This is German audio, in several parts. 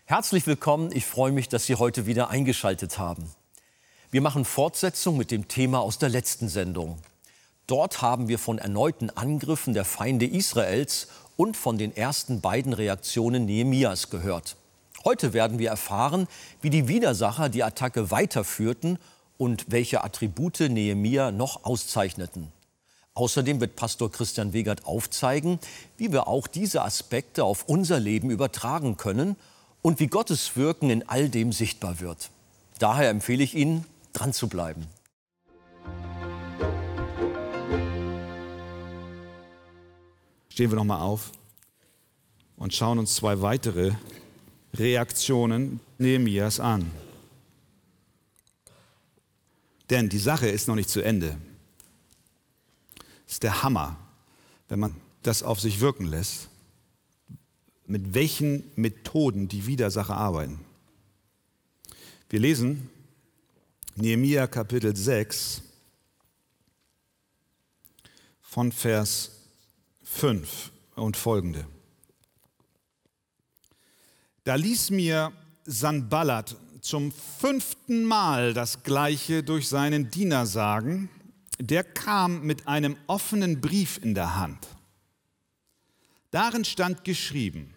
Herzlich willkommen, ich freue mich, dass Sie heute wieder eingeschaltet haben. Wir machen Fortsetzung mit dem Thema aus der letzten Sendung. Dort haben wir von erneuten Angriffen der Feinde Israels und von den ersten beiden Reaktionen Nehemias gehört. Heute werden wir erfahren, wie die Widersacher die Attacke weiterführten und welche Attribute Nehemia noch auszeichneten. Außerdem wird Pastor Christian Wegert aufzeigen, wie wir auch diese Aspekte auf unser Leben übertragen können und wie Gottes Wirken in all dem sichtbar wird. Daher empfehle ich Ihnen, dran zu bleiben. Stehen wir noch mal auf und schauen uns zwei weitere Reaktionen Nehemias an. Denn die Sache ist noch nicht zu Ende. Es ist der Hammer, wenn man das auf sich wirken lässt, mit welchen Methoden die Widersacher arbeiten. Wir lesen Nehemia Kapitel 6 von Vers 5 und folgende. Da ließ mir Sanballat zum 5. Mal das Gleiche durch seinen Diener sagen. Der kam mit einem offenen Brief in der Hand. Darin stand geschrieben: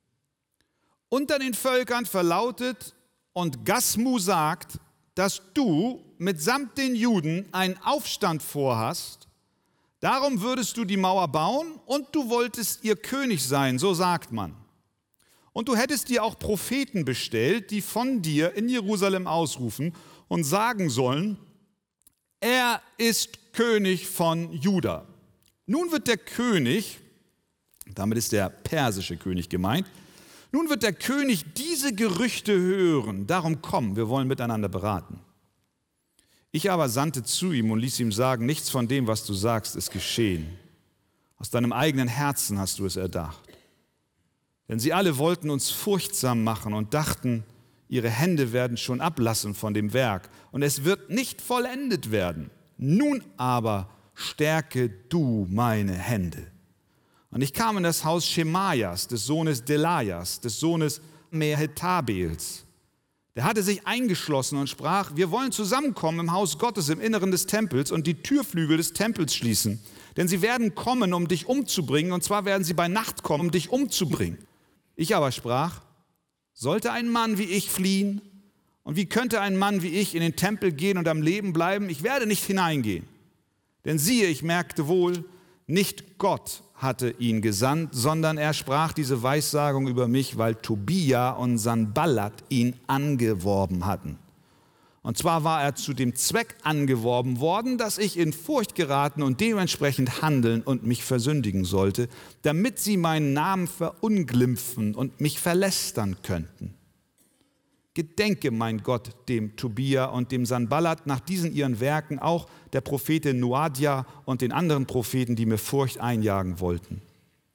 Unter den Völkern verlautet und Gasmu sagt, dass du mitsamt den Juden einen Aufstand vorhast. Darum würdest du die Mauer bauen und du wolltest ihr König sein, so sagt man. Und du hättest dir auch Propheten bestellt, die von dir in Jerusalem ausrufen und sagen sollen, er ist König von Juda. Nun wird der König, damit ist der persische König gemeint, nun wird der König diese Gerüchte hören, darum komm, wir wollen miteinander beraten. Ich aber sandte zu ihm und ließ ihm sagen, nichts von dem, was du sagst, ist geschehen. Aus deinem eigenen Herzen hast du es erdacht. Denn sie alle wollten uns furchtsam machen und dachten, ihre Hände werden schon ablassen von dem Werk und es wird nicht vollendet werden. Nun aber stärke du meine Hände. Und ich kam in das Haus Schemaias, des Sohnes Delajas, des Sohnes Mehetabels. Der hatte sich eingeschlossen und sprach, wir wollen zusammenkommen im Haus Gottes, im Inneren des Tempels und die Türflügel des Tempels schließen. Denn sie werden kommen, um dich umzubringen, und zwar werden sie bei Nacht kommen, um dich umzubringen. Ich aber sprach, sollte ein Mann wie ich fliehen? Und wie könnte ein Mann wie ich in den Tempel gehen und am Leben bleiben? Ich werde nicht hineingehen. Denn siehe, ich merkte wohl, nicht Gott hatte ihn gesandt, sondern er sprach diese Weissagung über mich, weil Tobia und Sanballat ihn angeworben hatten. Und zwar war er zu dem Zweck angeworben worden, dass ich in Furcht geraten und dementsprechend handeln und mich versündigen sollte, damit sie meinen Namen verunglimpfen und mich verlästern könnten. Gedenke, mein Gott, dem Tobia und dem Sanballat nach diesen ihren Werken, auch der Prophetin Noadia und den anderen Propheten, die mir Furcht einjagen wollten.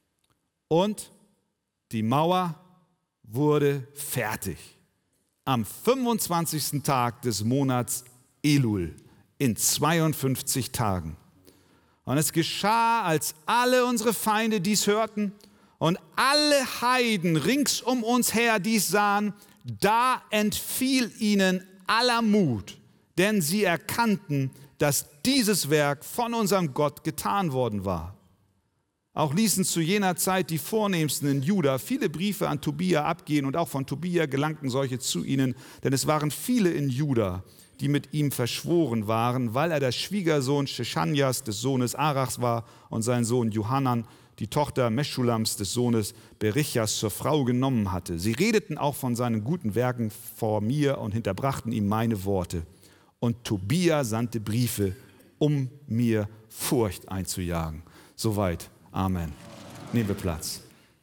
Und die Mauer wurde fertig. Am 25. Tag des Monats Elul, in 52 Tagen. Und es geschah, als alle unsere Feinde dies hörten und alle Heiden rings um uns her dies sahen, da entfiel ihnen aller Mut, denn sie erkannten, dass dieses Werk von unserem Gott getan worden war. Auch ließen zu jener Zeit die Vornehmsten in Juda viele Briefe an Tobia abgehen und auch von Tobia gelangten solche zu ihnen, denn es waren viele in Juda, die mit ihm verschworen waren, weil er der Schwiegersohn Shechanjas des Sohnes Arachs war und sein Sohn Johanan die Tochter Meschulams des Sohnes Berichas zur Frau genommen hatte. Sie redeten auch von seinen guten Werken vor mir und hinterbrachten ihm meine Worte. Und Tobia sandte Briefe, um mir Furcht einzujagen. Soweit. Amen. Nehmen wir Platz.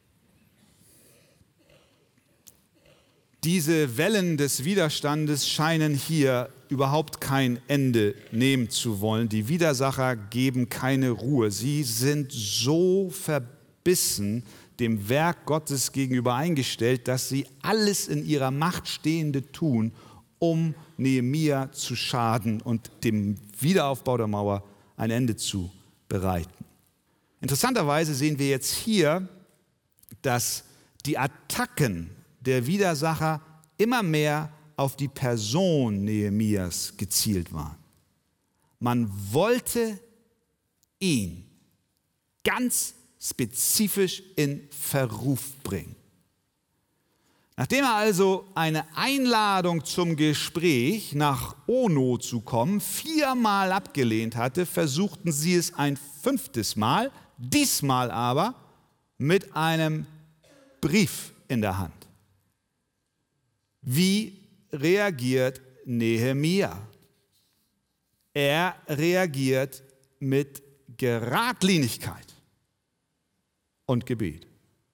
Diese Wellen des Widerstandes scheinen hier überhaupt kein Ende nehmen zu wollen. Die Widersacher geben keine Ruhe. Sie sind so verbissen dem Werk Gottes gegenüber eingestellt, dass sie alles in ihrer Macht Stehende tun, um Nehemia zu schaden und dem Wiederaufbau der Mauer ein Ende zu bereiten. Interessanterweise sehen wir jetzt hier, dass die Attacken der Widersacher immer mehr auf die Person Nehemias gezielt waren. Man wollte ihn ganz spezifisch in Verruf bringen. Nachdem er also eine Einladung zum Gespräch nach Ono zu kommen 4-mal abgelehnt hatte, versuchten sie es ein 5. Mal, diesmal aber mit einem Brief in der Hand. Wie reagiert Nehemia? Er reagiert mit Geradlinigkeit und Gebet.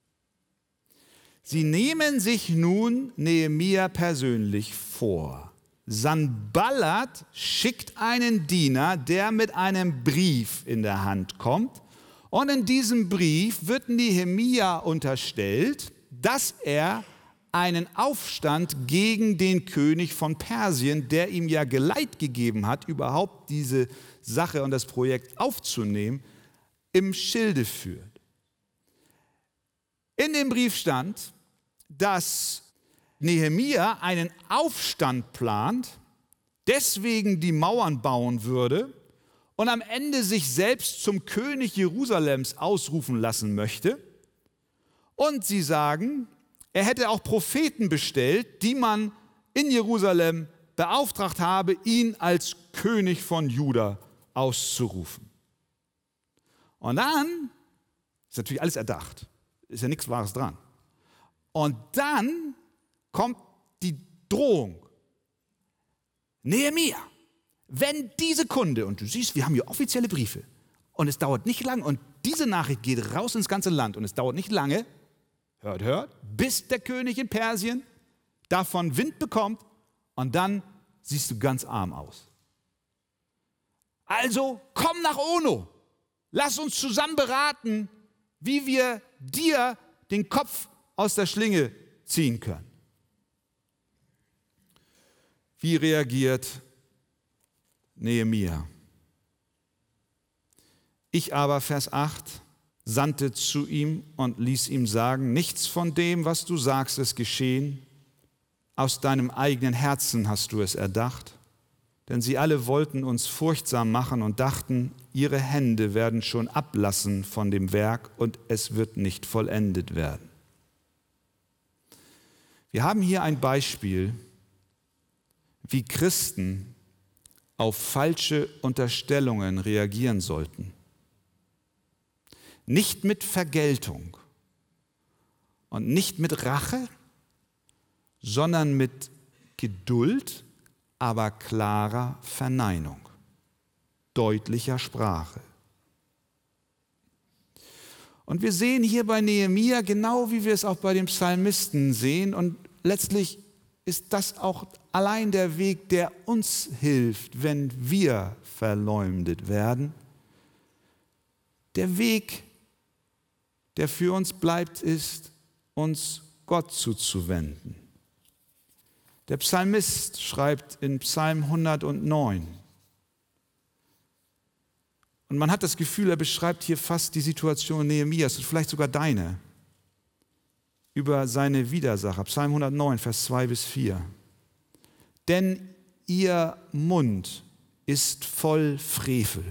Sie nehmen sich nun Nehemia persönlich vor. Sanballat schickt einen Diener, der mit einem Brief in der Hand kommt. Und in diesem Brief wird Nehemia unterstellt, dass er einen Aufstand gegen den König von Persien, der ihm ja Geleit gegeben hat, überhaupt diese Sache und das Projekt aufzunehmen, im Schilde führt. In dem Brief stand, dass Nehemia einen Aufstand plant, deswegen die Mauern bauen würde und am Ende sich selbst zum König Jerusalems ausrufen lassen möchte. Und sie sagen, er hätte auch Propheten bestellt, die man in Jerusalem beauftragt habe, ihn als König von Juda auszurufen. Und dann ist natürlich alles erdacht. Ist ja nichts Wahres dran. Und dann kommt die Drohung. Nehemia, wenn diese Kunde, und du siehst, wir haben hier offizielle Briefe, und es dauert nicht lange, und diese Nachricht geht raus ins ganze Land, und es dauert nicht lange, hört, bis der König in Persien davon Wind bekommt, und dann siehst du ganz arm aus. Also komm nach Ono, lass uns zusammen beraten, wie wir dir den Kopf aus der Schlinge ziehen können. Wie reagiert Nehemia? Ich aber, Vers 8, sandte zu ihm und ließ ihm sagen, nichts von dem, was du sagst, ist geschehen. Aus deinem eigenen Herzen hast du es erdacht. Denn sie alle wollten uns furchtsam machen und dachten, ihre Hände werden schon ablassen von dem Werk und es wird nicht vollendet werden. Wir haben hier ein Beispiel, wie Christen auf falsche Unterstellungen reagieren sollten. Nicht mit Vergeltung und nicht mit Rache, sondern mit Geduld, aber klarer Verneinung, deutlicher Sprache. Und wir sehen hier bei Nehemia, genau wie wir es auch bei dem Psalmisten sehen, und letztlich ist das auch allein der Weg, der uns hilft, wenn wir verleumdet werden. Der Weg, der für uns bleibt, ist, uns Gott zuzuwenden. Der Psalmist schreibt in Psalm 109, und man hat das Gefühl, er beschreibt hier fast die Situation Nehemias und vielleicht sogar deine, über seine Widersacher. Psalm 109, Vers 2-4. Denn ihr Mund ist voll Frevel.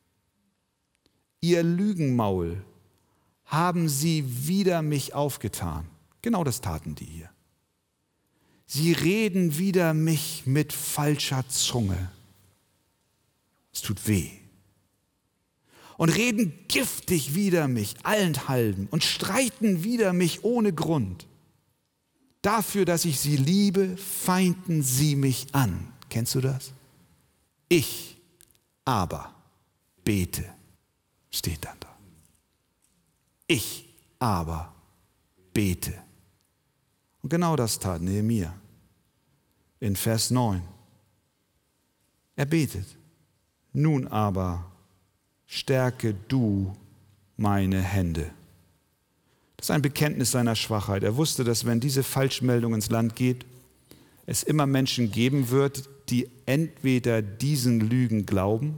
Ihr Lügenmaul haben sie wider mich aufgetan. Genau das taten die hier. Sie reden wider mich mit falscher Zunge. Es tut weh. Und reden giftig wider mich, allenthalben, und streiten wider mich ohne Grund. Dafür, dass ich sie liebe, feinden sie mich an. Kennst du das? Ich aber bete, steht dann da. Ich aber bete. Und genau das tat Nehemia in Vers 9. Er betet. Nun aber stärke du meine Hände. Das ist ein Bekenntnis seiner Schwachheit. Er wusste, dass wenn diese Falschmeldung ins Land geht, es immer Menschen geben wird, die entweder diesen Lügen glauben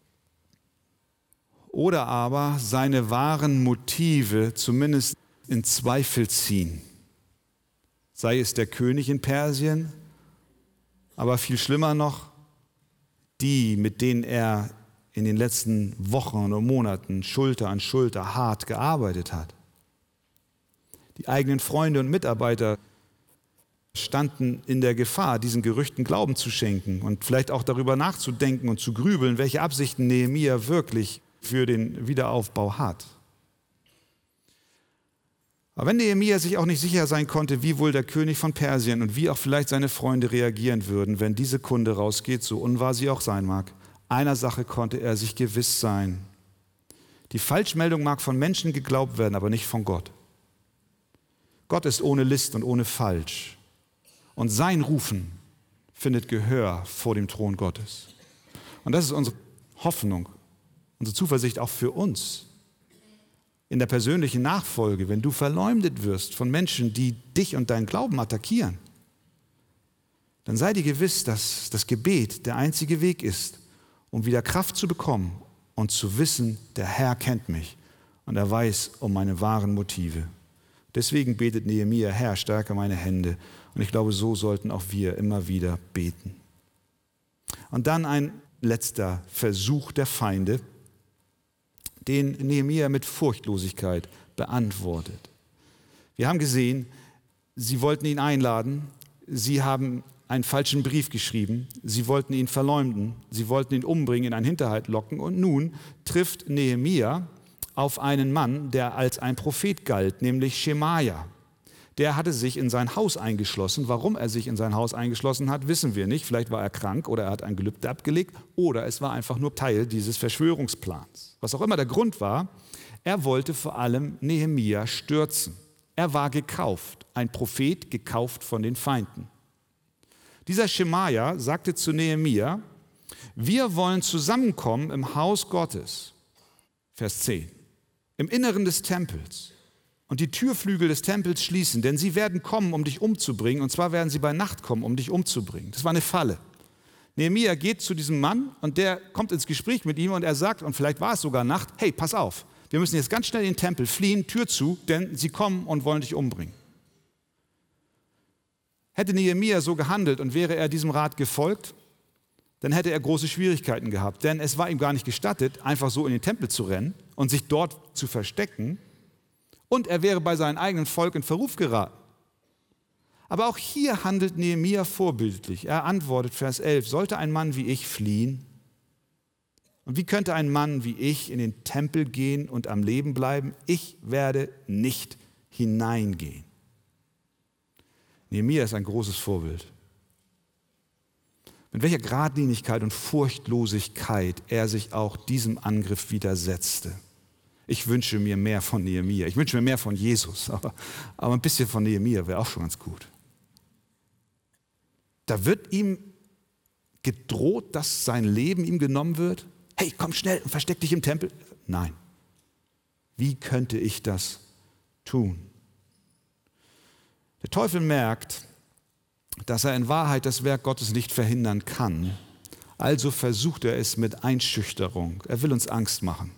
oder aber seine wahren Motive zumindest in Zweifel ziehen. sei es der König in Persien, aber viel schlimmer noch, die, mit denen er in den letzten Wochen und Monaten Schulter an Schulter hart gearbeitet hat. Die eigenen Freunde und Mitarbeiter standen in der Gefahr, diesen Gerüchten Glauben zu schenken und vielleicht auch darüber nachzudenken und zu grübeln, welche Absichten Nehemia wirklich für den Wiederaufbau hat. Aber wenn Nehemia sich auch nicht sicher sein konnte, wie wohl der König von Persien und wie auch vielleicht seine Freunde reagieren würden, wenn diese Kunde rausgeht, so unwahr sie auch sein mag, einer Sache konnte er sich gewiss sein. Die Falschmeldung mag von Menschen geglaubt werden, aber nicht von Gott. Gott ist ohne List und ohne Falsch. Und sein Rufen findet Gehör vor dem Thron Gottes. Und das ist unsere Hoffnung, unsere Zuversicht auch für uns. In der persönlichen Nachfolge, wenn du verleumdet wirst von Menschen, die dich und deinen Glauben attackieren, dann sei dir gewiss, dass das Gebet der einzige Weg ist, um wieder Kraft zu bekommen und zu wissen, der Herr kennt mich und er weiß um meine wahren Motive. Deswegen betet Nehemia, Herr, stärke meine Hände. Und ich glaube, so sollten auch wir immer wieder beten. Und dann ein letzter Versuch der Feinde, den Nehemia mit Furchtlosigkeit beantwortet. Wir haben gesehen, sie wollten ihn einladen, sie haben einen falschen Brief geschrieben, sie wollten ihn verleumden, sie wollten ihn umbringen, in einen Hinterhalt locken und nun trifft Nehemia auf einen Mann, der als ein Prophet galt, nämlich Schemaja. Der hatte sich in sein Haus eingeschlossen. Warum er sich in sein Haus eingeschlossen hat, wissen wir nicht. Vielleicht war er krank oder er hat ein Gelübde abgelegt oder es war einfach nur Teil dieses Verschwörungsplans. Was auch immer der Grund war, er wollte vor allem Nehemia stürzen. Er war gekauft, ein Prophet gekauft von den Feinden. Dieser Schemaja sagte zu Nehemia, wir wollen zusammenkommen im Haus Gottes. Vers 10. Im Inneren des Tempels und die Türflügel des Tempels schließen, denn sie werden kommen, um dich umzubringen, und zwar werden sie bei Nacht kommen, um dich umzubringen. Das war eine Falle. Nehemia geht zu diesem Mann und der kommt ins Gespräch mit ihm und er sagt, und vielleicht war es sogar Nacht, hey, pass auf, wir müssen jetzt ganz schnell in den Tempel fliehen, Tür zu, denn sie kommen und wollen dich umbringen. Hätte Nehemia so gehandelt und wäre er diesem Rat gefolgt, dann hätte er große Schwierigkeiten gehabt. Denn es war ihm gar nicht gestattet, einfach so in den Tempel zu rennen und sich dort zu verstecken. Und er wäre bei seinem eigenen Volk in Verruf geraten. Aber auch hier handelt Nehemia vorbildlich. Er antwortet, Vers 11, sollte ein Mann wie ich fliehen? Und wie könnte ein Mann wie ich in den Tempel gehen und am Leben bleiben? Ich werde nicht hineingehen. Nehemia ist ein großes Vorbild. Mit welcher Geradlinigkeit und Furchtlosigkeit er sich auch diesem Angriff widersetzte. Ich wünsche mir mehr von Nehemia. Ich wünsche mir mehr von Jesus, aber ein bisschen von Nehemia wäre auch schon ganz gut. Da wird ihm gedroht, dass sein Leben ihm genommen wird. Hey, komm schnell und versteck dich im Tempel. Nein. Wie könnte ich das tun? Der Teufel merkt, dass er in Wahrheit das Werk Gottes nicht verhindern kann. Also versucht er es mit Einschüchterung. Er will uns Angst machen.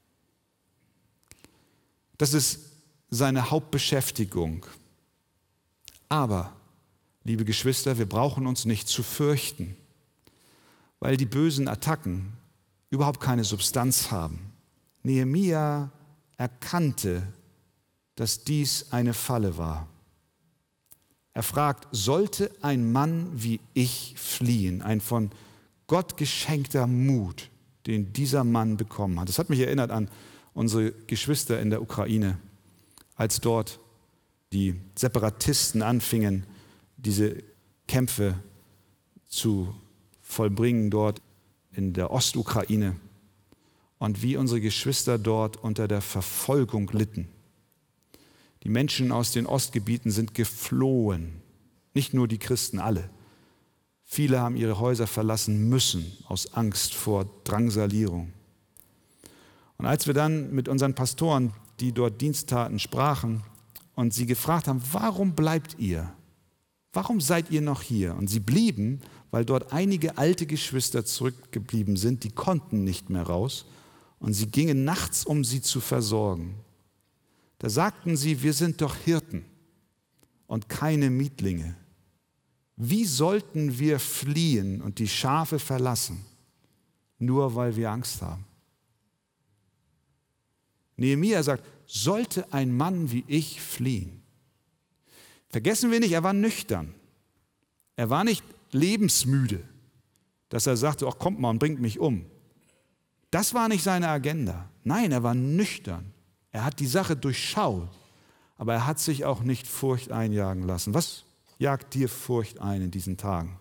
Das ist seine Hauptbeschäftigung. Aber, liebe Geschwister, wir brauchen uns nicht zu fürchten, weil die bösen Attacken überhaupt keine Substanz haben. Nehemia erkannte, dass dies eine Falle war. Er fragt, sollte ein Mann wie ich fliehen? Ein von Gott geschenkter Mut, den dieser Mann bekommen hat. Das hat mich erinnert an unsere Geschwister in der Ukraine, als dort die Separatisten anfingen, diese Kämpfe zu vollbringen dort in der Ostukraine und wie unsere Geschwister dort unter der Verfolgung litten. Die Menschen aus den Ostgebieten sind geflohen, nicht nur die Christen, alle. Viele haben ihre Häuser verlassen müssen aus Angst vor Drangsalierung. Und als wir dann mit unseren Pastoren, die dort Dienst taten, sprachen und sie gefragt haben, warum bleibt ihr? Warum seid ihr noch hier? Und sie blieben, weil dort einige alte Geschwister zurückgeblieben sind, die konnten nicht mehr raus und sie gingen nachts, um sie zu versorgen. Da sagten sie, wir sind doch Hirten und keine Mietlinge. Wie sollten wir fliehen und die Schafe verlassen, nur weil wir Angst haben? Nehemia sagt, sollte ein Mann wie ich fliehen? Vergessen wir nicht, er war nüchtern. Er war nicht lebensmüde, dass er sagte, ach kommt mal und bringt mich um. Das war nicht seine Agenda. Nein, er war nüchtern. Er hat die Sache durchschaut, aber er hat sich auch nicht Furcht einjagen lassen. Was jagt dir Furcht ein in diesen Tagen?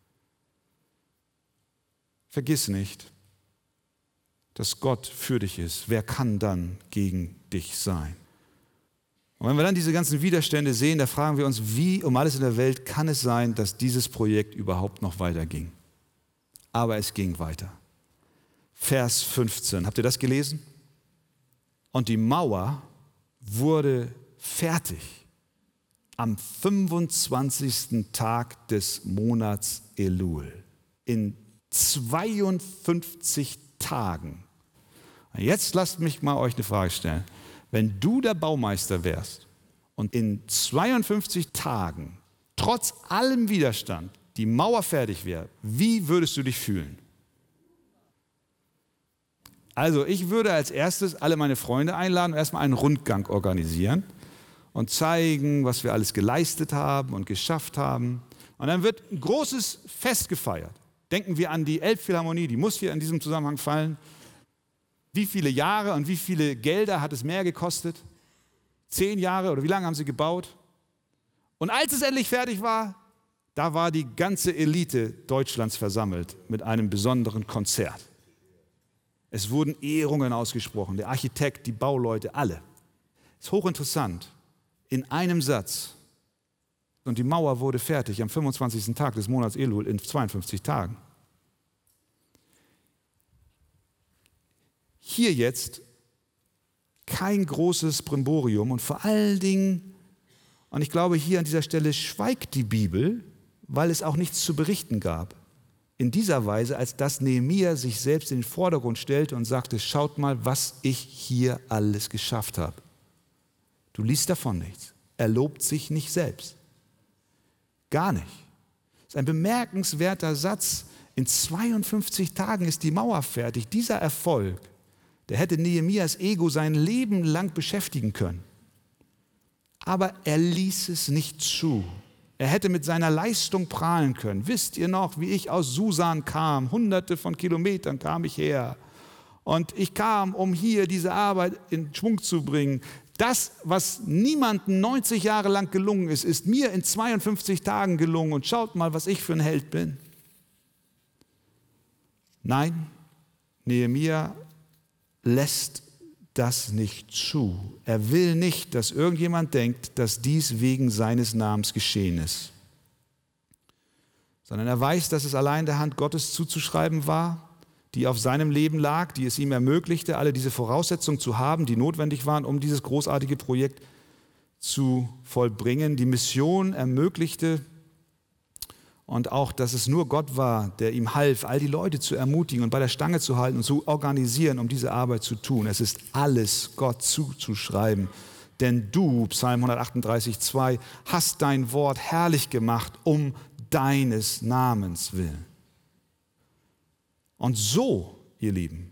Vergiss nicht, dass Gott für dich ist. Wer kann dann gegen dich sein? Und wenn wir dann diese ganzen Widerstände sehen, da fragen wir uns, wie um alles in der Welt kann es sein, dass dieses Projekt überhaupt noch weiterging? Aber es ging weiter. Vers 15, habt ihr das gelesen? Und die Mauer wurde fertig am 25. Tag des Monats Elul. In 52 Tagen. Und jetzt lasst mich mal euch eine Frage stellen. Wenn du der Baumeister wärst und in 52 Tagen, trotz allem Widerstand, die Mauer fertig wäre, wie würdest du dich fühlen? Also ich würde als erstes alle meine Freunde einladen und erstmal einen Rundgang organisieren und zeigen, was wir alles geleistet haben und geschafft haben. Und dann wird ein großes Fest gefeiert. Denken wir an die Elbphilharmonie, die muss hier in diesem Zusammenhang fallen. Wie viele Jahre und wie viele Gelder hat es mehr gekostet? 10 Jahre oder wie lange haben sie gebaut? Und als es endlich fertig war, da war die ganze Elite Deutschlands versammelt mit einem besonderen Konzert. Es wurden Ehrungen ausgesprochen, der Architekt, die Bauleute, alle. Es ist hochinteressant, in einem Satz. Und die Mauer wurde fertig am 25. Tag des Monats Elul in 52 Tagen. Hier jetzt kein großes Brimborium und vor allen Dingen, und ich glaube hier an dieser Stelle schweigt die Bibel, weil es auch nichts zu berichten gab. In dieser Weise, als dass Nehemia sich selbst in den Vordergrund stellte und sagte, schaut mal, was ich hier alles geschafft habe. Du liest davon nichts. Er lobt sich nicht selbst. Gar nicht. Das ist ein bemerkenswerter Satz. In 52 Tagen ist die Mauer fertig. Dieser Erfolg, der hätte Nehemias Ego sein Leben lang beschäftigen können. Aber er ließ es nicht zu. Er hätte mit seiner Leistung prahlen können. Wisst ihr noch, wie ich aus Susan kam? Hunderte von Kilometern kam ich her. Und ich kam, um hier diese Arbeit in Schwung zu bringen. Das, was niemandem 90 Jahre lang gelungen ist, ist mir in 52 Tagen gelungen. Und schaut mal, was ich für ein Held bin. Nein, Nehemia lässt das nicht zu. Er will nicht, dass irgendjemand denkt, dass dies wegen seines Namens geschehen ist. Sondern er weiß, dass es allein der Hand Gottes zuzuschreiben war, die auf seinem Leben lag, die es ihm ermöglichte, alle diese Voraussetzungen zu haben, die notwendig waren, um dieses großartige Projekt zu vollbringen. Die Mission ermöglichte und auch, dass es nur Gott war, der ihm half, all die Leute zu ermutigen und bei der Stange zu halten und zu organisieren, um diese Arbeit zu tun. Es ist alles Gott zuzuschreiben. Denn du, Psalm 138,2, hast dein Wort herrlich gemacht, um deines Namens willen. Und so, ihr Lieben,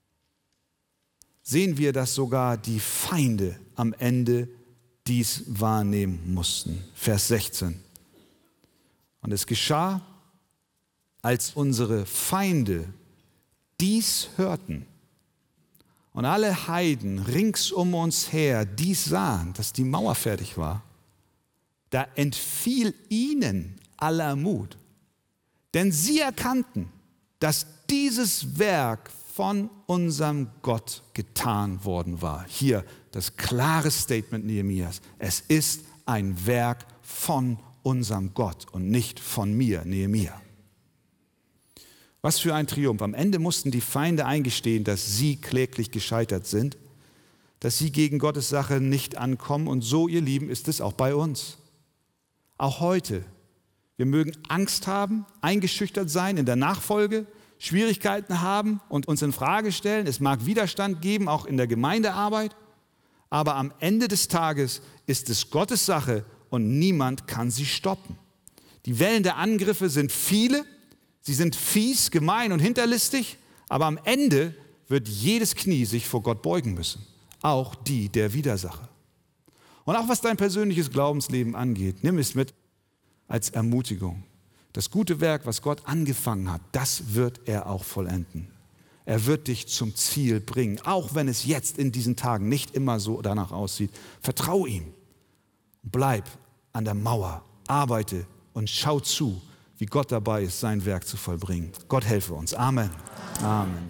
sehen wir, dass sogar die Feinde am Ende dies wahrnehmen mussten. Vers 16. Und es geschah, als unsere Feinde dies hörten und alle Heiden rings um uns her dies sahen, dass die Mauer fertig war, da entfiel ihnen aller Mut. Denn sie erkannten, dass dieses Werk von unserem Gott getan worden war. Hier das klare Statement Nehemias. Es ist ein Werk von unserem Gott und nicht von mir, Nehemia. Was für ein Triumph. Am Ende mussten die Feinde eingestehen, dass sie kläglich gescheitert sind, dass sie gegen Gottes Sache nicht ankommen. Und so, ihr Lieben, ist es auch bei uns. Auch heute. Wir mögen Angst haben, eingeschüchtert sein in der Nachfolge, Schwierigkeiten haben und uns in Frage stellen. Es mag Widerstand geben, auch in der Gemeindearbeit. Aber am Ende des Tages ist es Gottes Sache und niemand kann sie stoppen. Die Wellen der Angriffe sind viele, sie sind fies, gemein und hinterlistig, aber am Ende wird jedes Knie sich vor Gott beugen müssen, auch die der Widersacher. Und auch was dein persönliches Glaubensleben angeht, nimm es mit als Ermutigung. Das gute Werk, was Gott angefangen hat, das wird er auch vollenden. Er wird dich zum Ziel bringen, auch wenn es jetzt in diesen Tagen nicht immer so danach aussieht. Vertrau ihm, bleib an der Mauer, arbeite und schau zu, wie Gott dabei ist, sein Werk zu vollbringen. Gott helfe uns. Amen. Amen.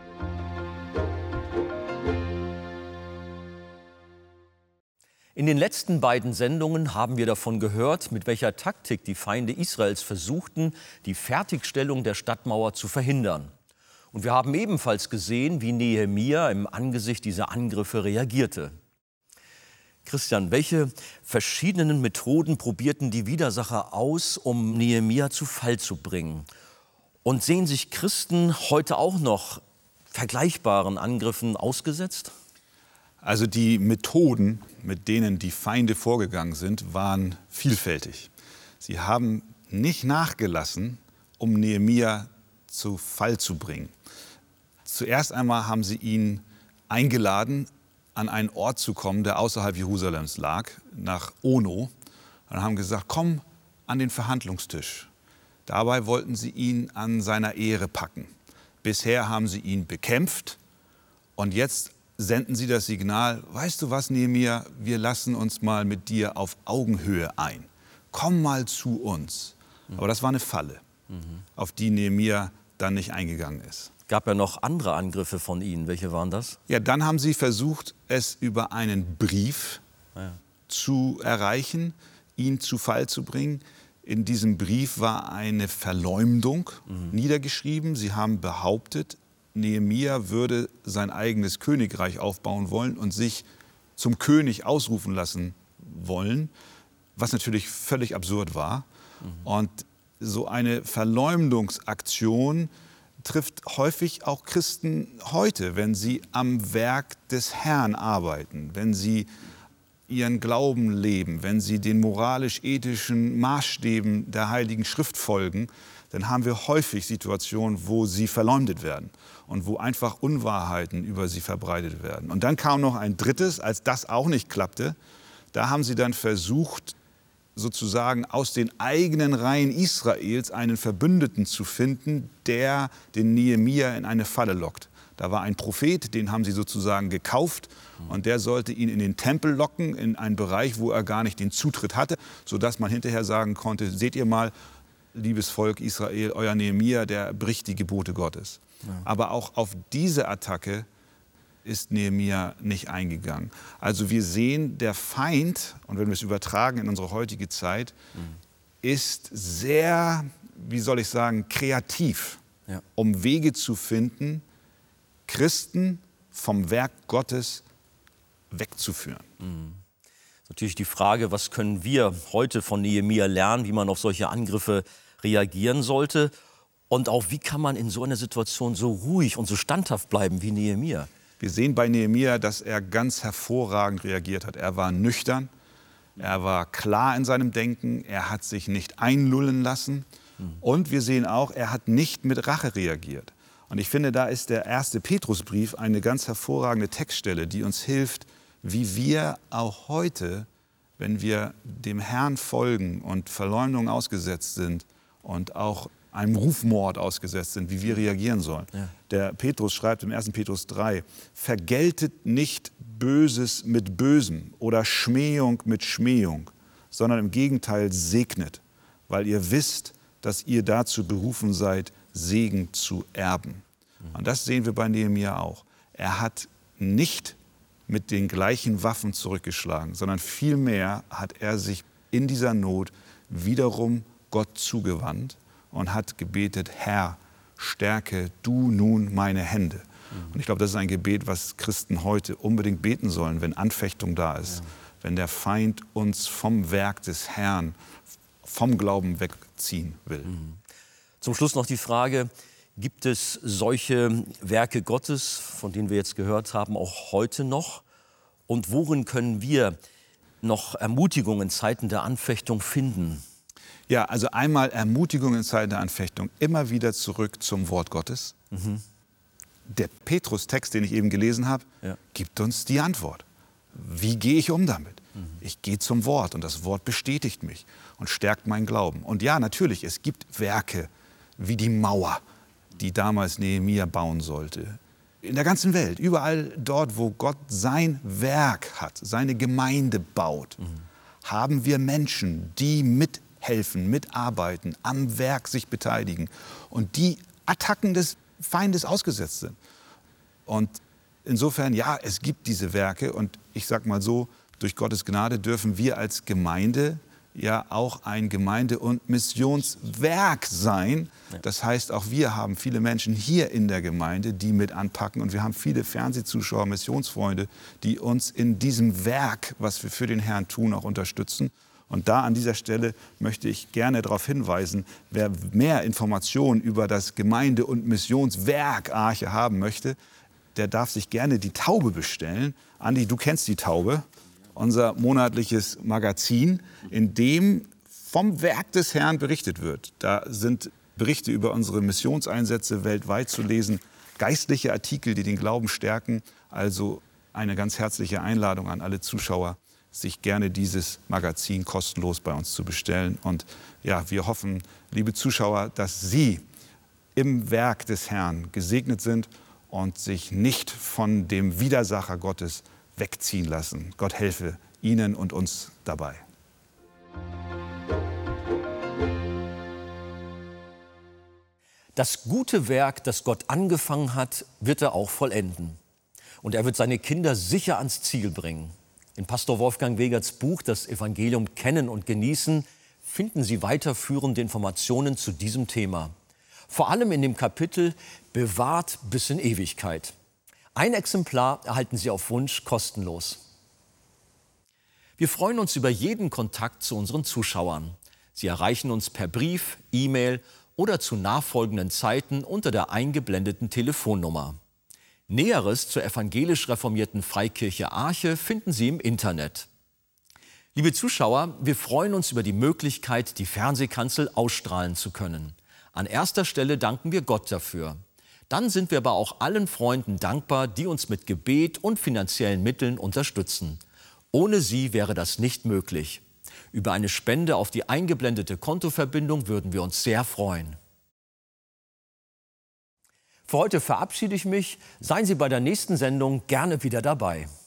In den letzten beiden Sendungen haben wir davon gehört, mit welcher Taktik die Feinde Israels versuchten, die Fertigstellung der Stadtmauer zu verhindern. Und wir haben ebenfalls gesehen, wie Nehemia im Angesicht dieser Angriffe reagierte. Christian, welche verschiedenen Methoden probierten die Widersacher aus, um Nehemia zu Fall zu bringen? Und sehen sich Christen heute auch noch vergleichbaren Angriffen ausgesetzt? Also die Methoden, mit denen die Feinde vorgegangen sind, waren vielfältig. Sie haben nicht nachgelassen, um Nehemia zu Fall zu bringen. Zuerst einmal haben sie ihn eingeladen, an einen Ort zu kommen, der außerhalb Jerusalems lag, nach Ono, und haben gesagt, komm an den Verhandlungstisch. Dabei wollten sie ihn an seiner Ehre packen. Bisher haben sie ihn bekämpft und jetzt senden sie das Signal, weißt du was, Nehemia, wir lassen uns mal mit dir auf Augenhöhe ein. Komm mal zu uns. Aber das war eine Falle, auf die Nehemia dann nicht eingegangen ist. Gab ja noch andere Angriffe von Ihnen. Welche waren das? Ja, dann haben sie versucht, es über einen Brief zu erreichen, ihn zu Fall zu bringen. In diesem Brief war eine Verleumdung niedergeschrieben. Sie haben behauptet, Nehemia würde sein eigenes Königreich aufbauen wollen und sich zum König ausrufen lassen wollen, was natürlich völlig absurd war. Und so eine Verleumdungsaktion trifft häufig auch Christen heute, wenn sie am Werk des Herrn arbeiten, wenn sie ihren Glauben leben, wenn sie den moralisch-ethischen Maßstäben der Heiligen Schrift folgen, dann haben wir häufig Situationen, wo sie verleumdet werden und wo einfach Unwahrheiten über sie verbreitet werden. Und dann kam noch ein drittes, als das auch nicht klappte, da haben sie dann versucht, sozusagen aus den eigenen Reihen Israels einen Verbündeten zu finden, der den Nehemia in eine Falle lockt. Da war ein Prophet, den haben sie sozusagen gekauft und der sollte ihn in den Tempel locken, in einen Bereich, wo er gar nicht den Zutritt hatte, sodass man hinterher sagen konnte, seht ihr mal, liebes Volk Israel, euer Nehemia, der bricht die Gebote Gottes. Ja. Aber auch auf diese Attacke ist Nehemia nicht eingegangen. Also wir sehen, der Feind, und wenn wir es übertragen in unsere heutige Zeit, ist sehr, wie soll ich sagen, kreativ, um Wege zu finden, Christen vom Werk Gottes wegzuführen. Natürlich die Frage, was können wir heute von Nehemia lernen, wie man auf solche Angriffe reagieren sollte und auch wie kann man in so einer Situation so ruhig und so standhaft bleiben wie Nehemia. Wir sehen bei Nehemia, dass er ganz hervorragend reagiert hat. Er war nüchtern, er war klar in seinem Denken, er hat sich nicht einlullen lassen und wir sehen auch, er hat nicht mit Rache reagiert. Und ich finde, da ist der 1. Petrusbrief eine ganz hervorragende Textstelle, die uns hilft, wie wir auch heute, wenn wir dem Herrn folgen und Verleumdung ausgesetzt sind und auch einem Rufmord ausgesetzt sind, wie wir reagieren sollen. Ja. Der Petrus schreibt im 1. Petrus 3, vergeltet nicht Böses mit Bösem oder Schmähung mit Schmähung, sondern im Gegenteil segnet, weil ihr wisst, dass ihr dazu berufen seid, Segen zu erben. Und das sehen wir bei Nehemia auch. Er hat nicht mit den gleichen Waffen zurückgeschlagen, sondern vielmehr hat er sich in dieser Not wiederum Gott zugewandt und hat gebetet, Herr, stärke du nun meine Hände. Und ich glaube, das ist ein Gebet, was Christen heute unbedingt beten sollen, wenn Anfechtung da ist, wenn der Feind uns vom Werk des Herrn, vom Glauben wegziehen will. Zum Schluss noch die Frage, gibt es solche Werke Gottes, von denen wir jetzt gehört haben, auch heute noch? Und worin können wir noch Ermutigung in Zeiten der Anfechtung finden? Ja, also einmal Ermutigung in Zeiten der Anfechtung, immer wieder zurück zum Wort Gottes. Der Petrus-Text, den ich eben gelesen habe, gibt uns die Antwort. Wie gehe ich um damit? Ich gehe zum Wort und das Wort bestätigt mich und stärkt meinen Glauben. Und ja, natürlich, es gibt Werke wie die Mauer, die damals Nehemia bauen sollte. In der ganzen Welt, überall dort, wo Gott sein Werk hat, seine Gemeinde baut, haben wir Menschen, die mithelfen, mitarbeiten, am Werk sich beteiligen und die Attacken des Feindes ausgesetzt sind. Und insofern, ja, es gibt diese Werke und ich sag mal so, durch Gottes Gnade dürfen wir als Gemeinde ja auch ein Gemeinde- und Missionswerk sein. Das heißt, auch wir haben viele Menschen hier in der Gemeinde, die mit anpacken und wir haben viele Fernsehzuschauer, Missionsfreunde, die uns in diesem Werk, was wir für den Herrn tun, auch unterstützen. Und da an dieser Stelle möchte ich gerne darauf hinweisen, wer mehr Informationen über das Gemeinde- und Missionswerk Arche haben möchte, der darf sich gerne die Taube bestellen. Andi, du kennst die Taube, unser monatliches Magazin, in dem vom Werk des Herrn berichtet wird. Da sind Berichte über unsere Missionseinsätze weltweit zu lesen, geistliche Artikel, die den Glauben stärken. Also eine ganz herzliche Einladung an alle Zuschauer, sich gerne dieses Magazin kostenlos bei uns zu bestellen. Und ja, wir hoffen, liebe Zuschauer, dass Sie im Werk des Herrn gesegnet sind und sich nicht von dem Widersacher Gottes wegziehen lassen. Gott helfe Ihnen und uns dabei. Das gute Werk, das Gott angefangen hat, wird er auch vollenden. Und er wird seine Kinder sicher ans Ziel bringen. In Pastor Wolfgang Wegerts Buch Das Evangelium kennen und genießen finden Sie weiterführende Informationen zu diesem Thema. Vor allem in dem Kapitel Bewahrt bis in Ewigkeit. Ein Exemplar erhalten Sie auf Wunsch kostenlos. Wir freuen uns über jeden Kontakt zu unseren Zuschauern. Sie erreichen uns per Brief, E-Mail oder zu nachfolgenden Zeiten unter der eingeblendeten Telefonnummer. Näheres zur evangelisch reformierten Freikirche Arche finden Sie im Internet. Liebe Zuschauer, wir freuen uns über die Möglichkeit, die Fernsehkanzel ausstrahlen zu können. An erster Stelle danken wir Gott dafür. Dann sind wir aber auch allen Freunden dankbar, die uns mit Gebet und finanziellen Mitteln unterstützen. Ohne sie wäre das nicht möglich. Über eine Spende auf die eingeblendete Kontoverbindung würden wir uns sehr freuen. Für heute verabschiede ich mich. Seien Sie bei der nächsten Sendung gerne wieder dabei.